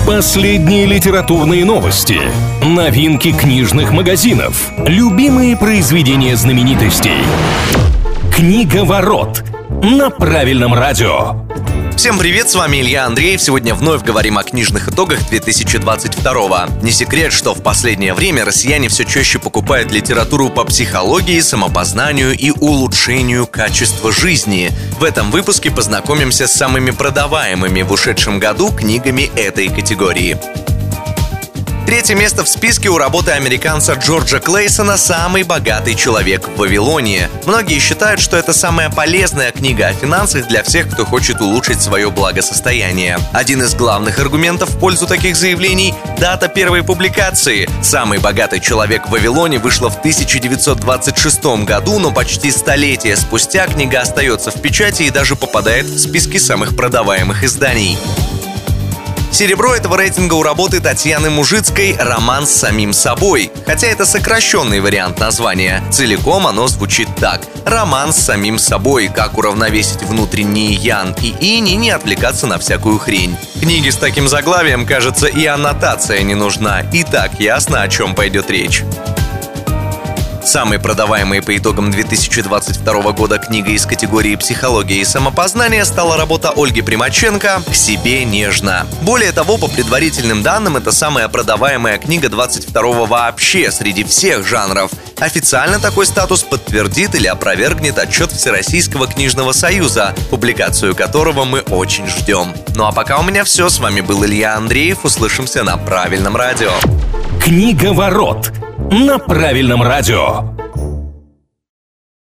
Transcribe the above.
Последние литературные новости, новинки книжных магазинов, любимые произведения знаменитостей. Книговорот на правильном радио. Всем привет, с вами Илья Андреев. Сегодня вновь говорим о книжных итогах 2022. Не секрет, что в последнее время россияне все чаще покупают литературу по психологии, самопознанию и улучшению качества жизни. В этом выпуске познакомимся с самыми продаваемыми в ушедшем году книгами этой категории. Третье место в списке у работы американца Джорджа Клейсона «Самый богатый человек в Вавилоне». Многие считают, что это самая полезная книга о финансах для всех, кто хочет улучшить свое благосостояние. Один из главных аргументов в пользу таких заявлений – дата первой публикации. «Самый богатый человек в Вавилоне» вышла в 1926 году, но почти столетие спустя книга остается в печати и даже попадает в списки самых продаваемых изданий. Серебро этого рейтинга у работы Татьяны Мужицкой «Роман с самим собой». Хотя это сокращенный вариант названия. Целиком оно звучит так: «Роман с самим собой. Как уравновесить внутренние ян и инь и не отвлекаться на всякую хрень». Книги с таким заглавием, кажется, и аннотация не нужна. И так ясно, о чем пойдет речь. Самой продаваемой по итогам 2022 года книгой из категории «Психология и самопознание» стала работа Ольги Примаченко «К себе нежно». Более того, по предварительным данным, это самая продаваемая книга 22-го вообще среди всех жанров. Официально такой статус подтвердит или опровергнет отчет Всероссийского книжного союза, публикацию которого мы очень ждем. Ну а пока у меня все. С вами был Илья Андреев. Услышимся на правильном радио. Книговорот на правильном радио.